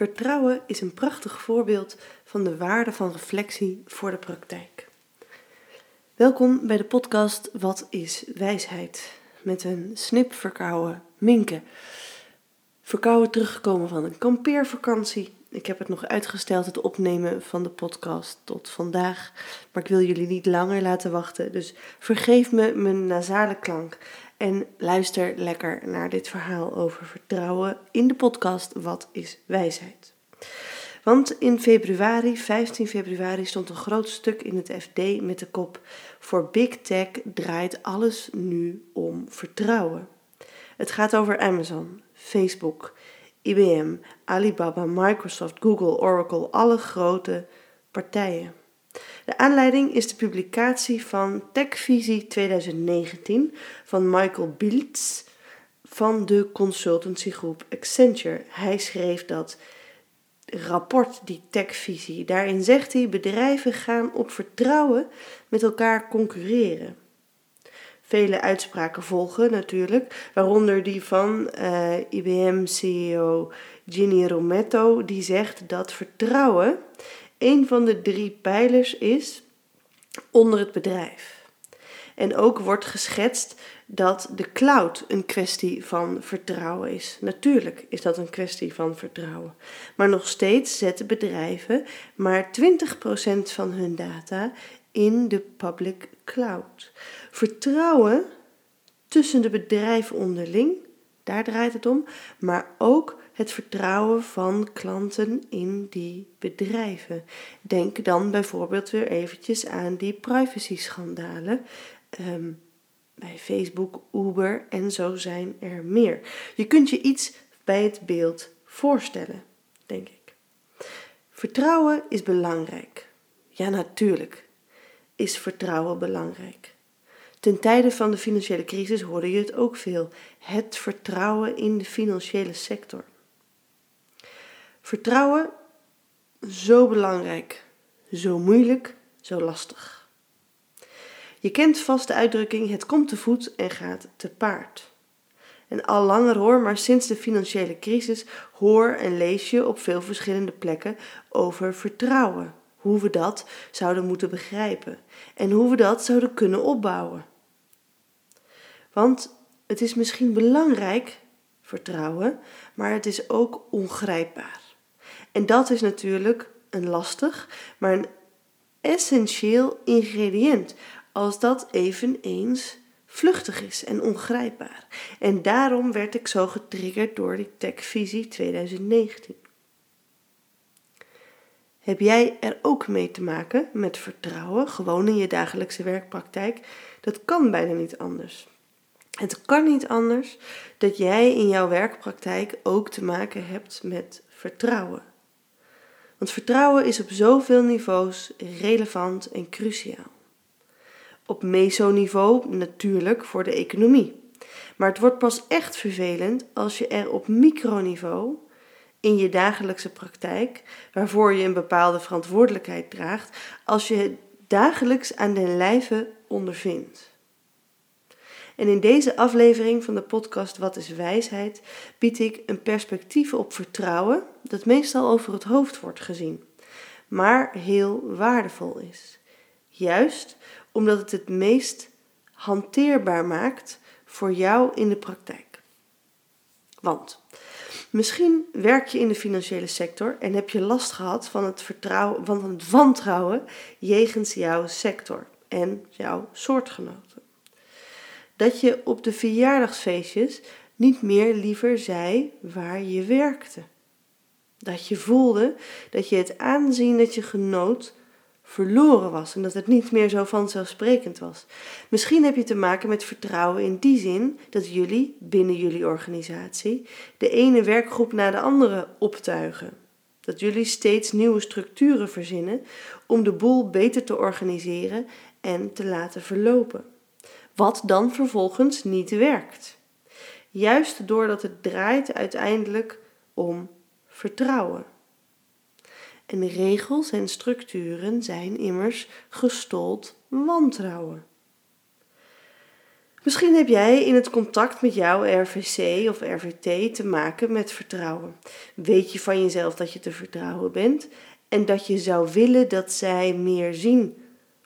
Vertrouwen is een prachtig voorbeeld van de waarde van reflectie voor de praktijk. Welkom bij de podcast Wat is wijsheid? Met een snip verkouden Minke. Verkouden teruggekomen van een kampeervakantie. Ik heb het nog uitgesteld, het opnemen van de podcast tot vandaag. Maar ik wil jullie niet langer laten wachten, dus vergeef me mijn nasale klank. En luister lekker naar dit verhaal over vertrouwen in de podcast Wat is wijsheid? Want in 15 februari, stond een groot stuk in het FD met de kop: voor Big Tech draait alles nu om vertrouwen. Het gaat over Amazon, Facebook, IBM, Alibaba, Microsoft, Google, Oracle, alle grote partijen. De aanleiding is de publicatie van TechVisie 2019 van Michael Biltz van de consultancygroep Accenture. Hij schreef dat rapport, die TechVisie. Daarin zegt hij: bedrijven gaan op vertrouwen met elkaar concurreren. Vele uitspraken volgen natuurlijk, waaronder die van IBM-CEO Ginni Rometto, die zegt dat vertrouwen een van de 3 pijlers is onder het bedrijf. En ook wordt geschetst dat de cloud een kwestie van vertrouwen is. Natuurlijk is dat een kwestie van vertrouwen. Maar nog steeds zetten bedrijven maar 20% van hun data in de public cloud. Vertrouwen tussen de bedrijven onderling, daar draait het om, maar ook het vertrouwen van klanten in die bedrijven. Denk dan bijvoorbeeld weer eventjes aan die privacy-schandalen bij Facebook, Uber en zo zijn er meer. Je kunt je iets bij het beeld voorstellen, denk ik. Vertrouwen is belangrijk. Ja, natuurlijk is vertrouwen belangrijk. Ten tijde van de financiële crisis hoorde je het ook veel. Het vertrouwen in de financiële sector. Vertrouwen, zo belangrijk, zo moeilijk, zo lastig. Je kent vast de uitdrukking: het komt te voet en gaat te paard. En al langer hoor, maar sinds de financiële crisis hoor en lees je op veel verschillende plekken over vertrouwen. Hoe we dat zouden moeten begrijpen en hoe we dat zouden kunnen opbouwen. Want het is misschien belangrijk, vertrouwen, maar het is ook ongrijpbaar. En dat is natuurlijk een lastig, maar een essentieel ingrediënt, als dat eveneens vluchtig is en ongrijpbaar. En daarom werd ik zo getriggerd door die TechVisie 2019. Heb jij er ook mee te maken met vertrouwen, gewoon in je dagelijkse werkpraktijk? Dat kan bijna niet anders. Het kan niet anders dat jij in jouw werkpraktijk ook te maken hebt met vertrouwen. Want vertrouwen is op zoveel niveaus relevant en cruciaal. Op mesoniveau natuurlijk voor de economie. Maar het wordt pas echt vervelend als je er op microniveau in je dagelijkse praktijk, waarvoor je een bepaalde verantwoordelijkheid draagt, als je het dagelijks aan den lijve ondervindt. En in deze aflevering van de podcast Wat is wijsheid bied ik een perspectief op vertrouwen dat meestal over het hoofd wordt gezien, maar heel waardevol is. Juist omdat het het meest hanteerbaar maakt voor jou in de praktijk. Want misschien werk je in de financiële sector en heb je last gehad van het wantrouwen jegens jouw sector en jouw soortgenoten. Dat je op de verjaardagsfeestjes niet meer liever zei waar je werkte. Dat je voelde dat je het aanzien dat je genoot verloren was en dat het niet meer zo vanzelfsprekend was. Misschien heb je te maken met vertrouwen in die zin dat jullie binnen jullie organisatie de ene werkgroep na de andere optuigen. Dat jullie steeds nieuwe structuren verzinnen om de boel beter te organiseren en te laten verlopen. Wat dan vervolgens niet werkt. Juist doordat het draait uiteindelijk om vertrouwen. En regels en structuren zijn immers gestold wantrouwen. Misschien heb jij in het contact met jouw RVC of RVT te maken met vertrouwen. Weet je van jezelf dat je te vertrouwen bent en dat je zou willen dat zij meer zien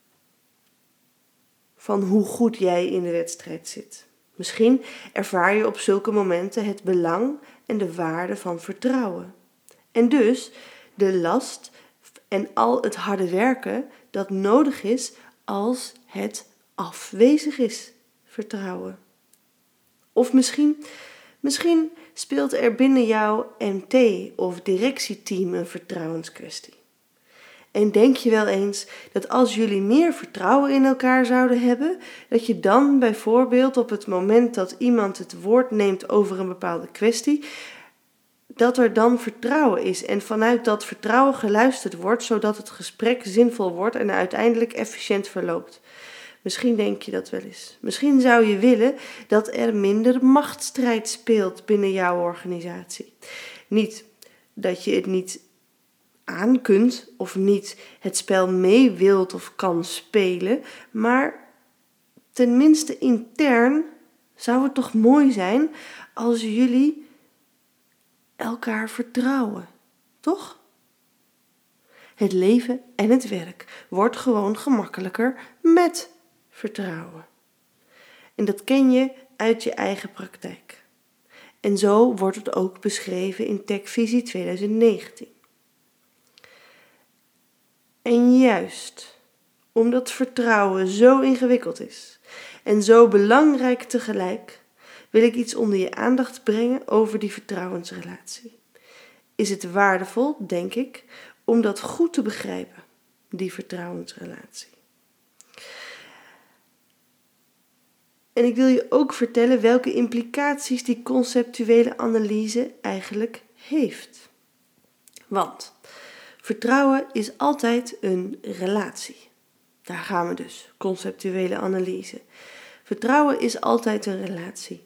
van hoe goed jij in de wedstrijd zit. Misschien ervaar je op zulke momenten het belang en de waarde van vertrouwen. En dus de last en al het harde werken dat nodig is als het afwezig is. Vertrouwen. Of misschien speelt er binnen jouw MT of directieteam een vertrouwenskwestie. En denk je wel eens dat als jullie meer vertrouwen in elkaar zouden hebben, dat je dan bijvoorbeeld op het moment dat iemand het woord neemt over een bepaalde kwestie, dat er dan vertrouwen is en vanuit dat vertrouwen geluisterd wordt, zodat het gesprek zinvol wordt en uiteindelijk efficiënt verloopt. Misschien denk je dat wel eens. Misschien zou je willen dat er minder machtsstrijd speelt binnen jouw organisatie. Niet dat je het niet aan kunt of niet het spel mee wilt of kan spelen, maar tenminste intern zou het toch mooi zijn als jullie elkaar vertrouwen, toch? Het leven en het werk wordt gewoon gemakkelijker met vertrouwen. En dat ken je uit je eigen praktijk. En zo wordt het ook beschreven in TechVisie 2019. En juist omdat vertrouwen zo ingewikkeld is en zo belangrijk tegelijk, wil ik iets onder je aandacht brengen over die vertrouwensrelatie. Is het waardevol, denk ik, om dat goed te begrijpen, die vertrouwensrelatie. En ik wil je ook vertellen welke implicaties die conceptuele analyse eigenlijk heeft. Want vertrouwen is altijd een relatie. Daar gaan we dus, conceptuele analyse. Vertrouwen is altijd een relatie.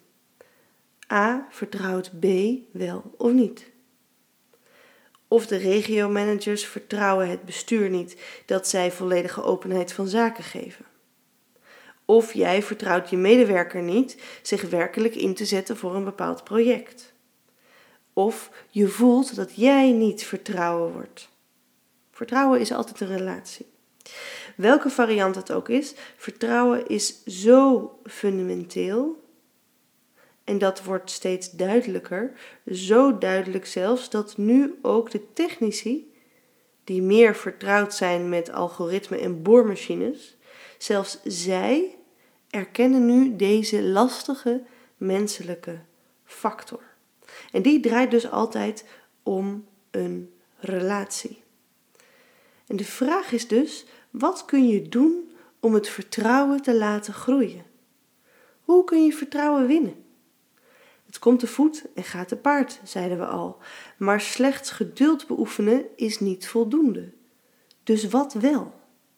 A vertrouwt B wel of niet. Of de regiomanagers vertrouwen het bestuur niet dat zij volledige openheid van zaken geven. Of jij vertrouwt je medewerker niet zich werkelijk in te zetten voor een bepaald project. Of je voelt dat jij niet vertrouwen wordt. Vertrouwen is altijd een relatie. Welke variant het ook is, vertrouwen is zo fundamenteel. En dat wordt steeds duidelijker, zo duidelijk zelfs dat nu ook de technici, die meer vertrouwd zijn met algoritmen en boormachines, zelfs zij erkennen nu deze lastige menselijke factor. En die draait dus altijd om een relatie. En de vraag is dus, wat kun je doen om het vertrouwen te laten groeien? Hoe kun je vertrouwen winnen? Het komt te voet en gaat te paard, zeiden we al. Maar slechts geduld beoefenen is niet voldoende. Dus wat wel?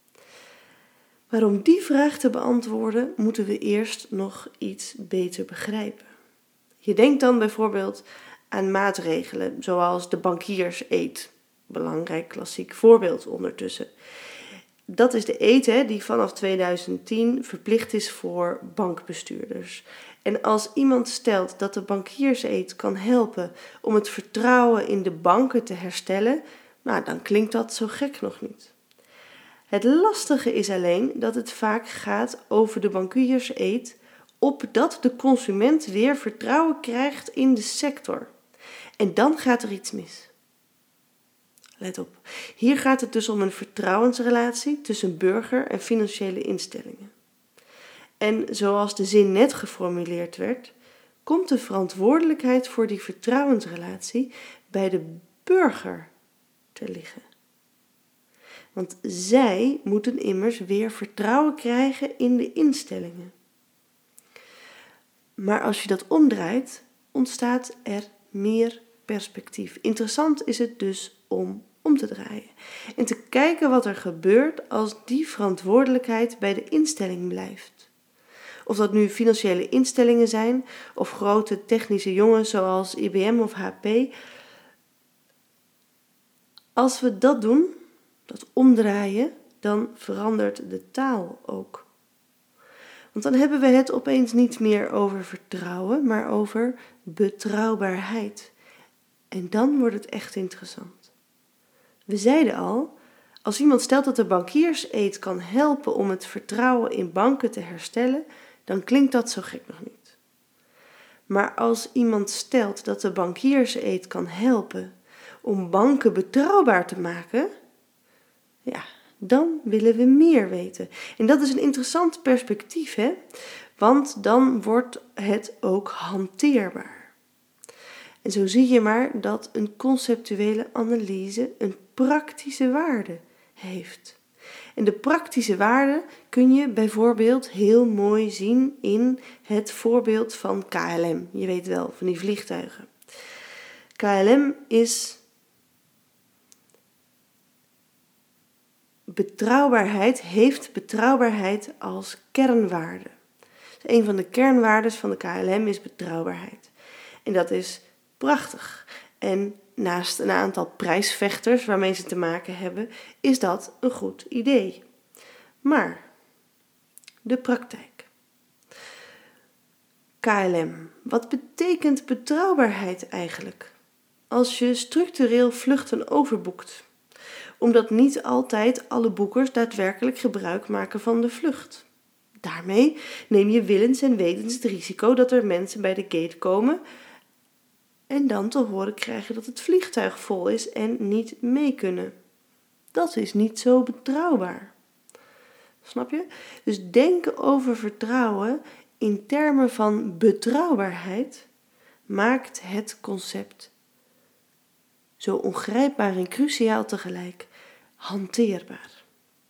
Maar om die vraag te beantwoorden, moeten we eerst nog iets beter begrijpen. Je denkt dan bijvoorbeeld aan maatregelen, zoals de bankierseed. Belangrijk klassiek voorbeeld ondertussen. Dat is de eed die vanaf 2010 verplicht is voor bankbestuurders. En als iemand stelt dat de bankierseed kan helpen om het vertrouwen in de banken te herstellen, dan klinkt dat zo gek nog niet. Het lastige is alleen dat het vaak gaat over de bankierseed, opdat de consument weer vertrouwen krijgt in de sector. En dan gaat er iets mis. Let op, hier gaat het dus om een vertrouwensrelatie tussen burger en financiële instellingen. En zoals de zin net geformuleerd werd, komt de verantwoordelijkheid voor die vertrouwensrelatie bij de burger te liggen. Want zij moeten immers weer vertrouwen krijgen in de instellingen. Maar als je dat omdraait, ontstaat er meer perspectief. Interessant is het dus om te draaien en te kijken wat er gebeurt als die verantwoordelijkheid bij de instelling blijft. Of dat nu financiële instellingen zijn of grote technische jongens zoals IBM of HP. Als we dat doen, dat omdraaien, dan verandert de taal ook. Want dan hebben we het opeens niet meer over vertrouwen, maar over betrouwbaarheid. En dan wordt het echt interessant. We zeiden al, als iemand stelt dat de bankierseed kan helpen om het vertrouwen in banken te herstellen, dan klinkt dat zo gek nog niet. Maar als iemand stelt dat de bankierseed kan helpen om banken betrouwbaar te maken, ja, dan willen we meer weten. En dat is een interessant perspectief, hè? Want dan wordt het ook hanteerbaar. En zo zie je maar dat een conceptuele analyse een praktische waarde heeft. En de praktische waarde kun je bijvoorbeeld heel mooi zien in het voorbeeld van KLM. Je weet wel, van die vliegtuigen. KLM is heeft betrouwbaarheid als kernwaarde. Dus een van de kernwaardes van de KLM is betrouwbaarheid. En dat is prachtig. En naast een aantal prijsvechters waarmee ze te maken hebben, is dat een goed idee. Maar de praktijk. KLM, wat betekent betrouwbaarheid eigenlijk? Als je structureel vluchten overboekt, omdat niet altijd alle boekers daadwerkelijk gebruik maken van de vlucht. Daarmee neem je willens en wetens het risico dat er mensen bij de gate komen en dan te horen krijgen dat het vliegtuig vol is en niet mee kunnen. Dat is niet zo betrouwbaar. Snap je? Dus denken over vertrouwen in termen van betrouwbaarheid maakt het concept zo ongrijpbaar en cruciaal tegelijk hanteerbaar.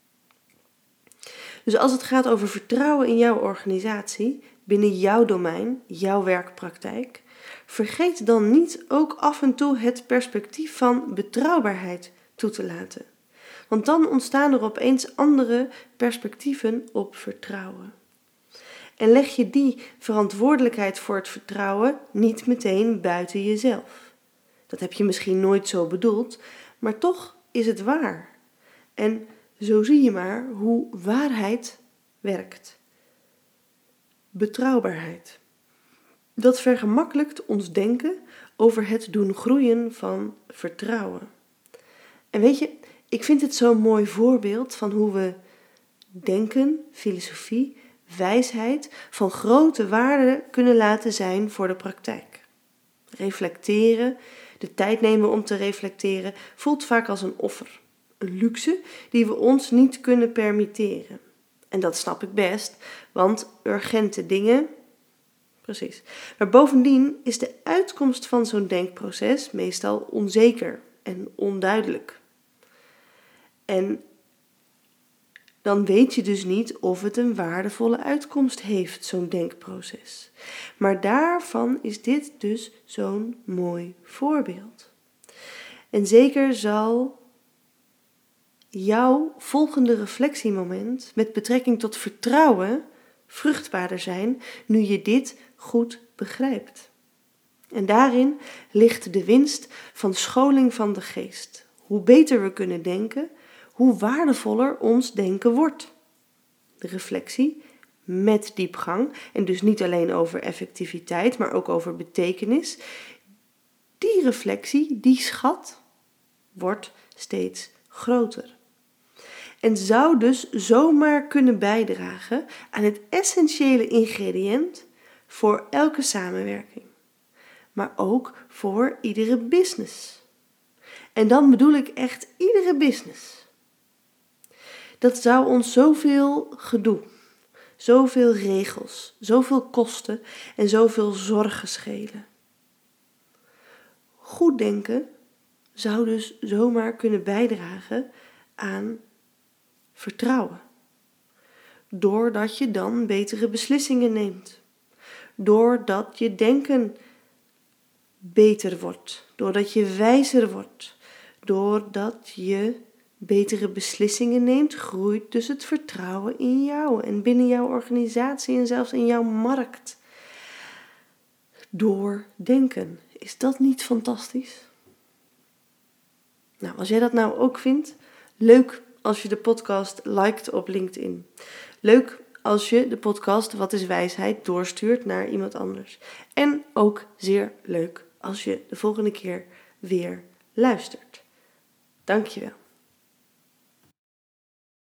Dus als het gaat over vertrouwen in jouw organisatie, binnen jouw domein, jouw werkpraktijk, vergeet dan niet ook af en toe het perspectief van betrouwbaarheid toe te laten. Want dan ontstaan er opeens andere perspectieven op vertrouwen. En leg je die verantwoordelijkheid voor het vertrouwen niet meteen buiten jezelf. Dat heb je misschien nooit zo bedoeld, maar toch is het waar. En zo zie je maar hoe waarheid werkt. Betrouwbaarheid. Dat vergemakkelijkt ons denken over het doen groeien van vertrouwen. En weet je, ik vind het zo'n mooi voorbeeld van hoe we denken, filosofie, wijsheid van grote waarde kunnen laten zijn voor de praktijk. Reflecteren, de tijd nemen om te reflecteren, voelt vaak als een offer. Een luxe die we ons niet kunnen permitteren. En dat snap ik best, want urgente dingen. Precies. Maar bovendien is de uitkomst van zo'n denkproces meestal onzeker en onduidelijk. En dan weet je dus niet of het een waardevolle uitkomst heeft, zo'n denkproces. Maar daarvan is dit dus zo'n mooi voorbeeld. En zeker zal jouw volgende reflectiemoment met betrekking tot vertrouwen vruchtbaarder zijn nu je dit goed begrijpt. En daarin ligt de winst van scholing van de geest. Hoe beter we kunnen denken, hoe waardevoller ons denken wordt. De reflectie met diepgang, en dus niet alleen over effectiviteit, maar ook over betekenis. Die reflectie, die schat, wordt steeds groter. En zou dus zomaar kunnen bijdragen aan het essentiële ingrediënt voor elke samenwerking. Maar ook voor iedere business. En dan bedoel ik echt iedere business. Dat zou ons zoveel gedoe, zoveel regels, zoveel kosten en zoveel zorgen schelen. Goed denken zou dus zomaar kunnen bijdragen aan vertrouwen. Doordat je dan betere beslissingen neemt. Doordat je denken beter wordt. Doordat je wijzer wordt. Doordat je betere beslissingen neemt, groeit dus het vertrouwen in jou en binnen jouw organisatie en zelfs in jouw markt. Door denken. Is dat niet fantastisch? Nou, als jij dat nou ook vindt, leuk als je de podcast liked op LinkedIn. Leuk als je de podcast Wat is Wijsheid doorstuurt naar iemand anders. En ook zeer leuk als je de volgende keer weer luistert. Dankjewel.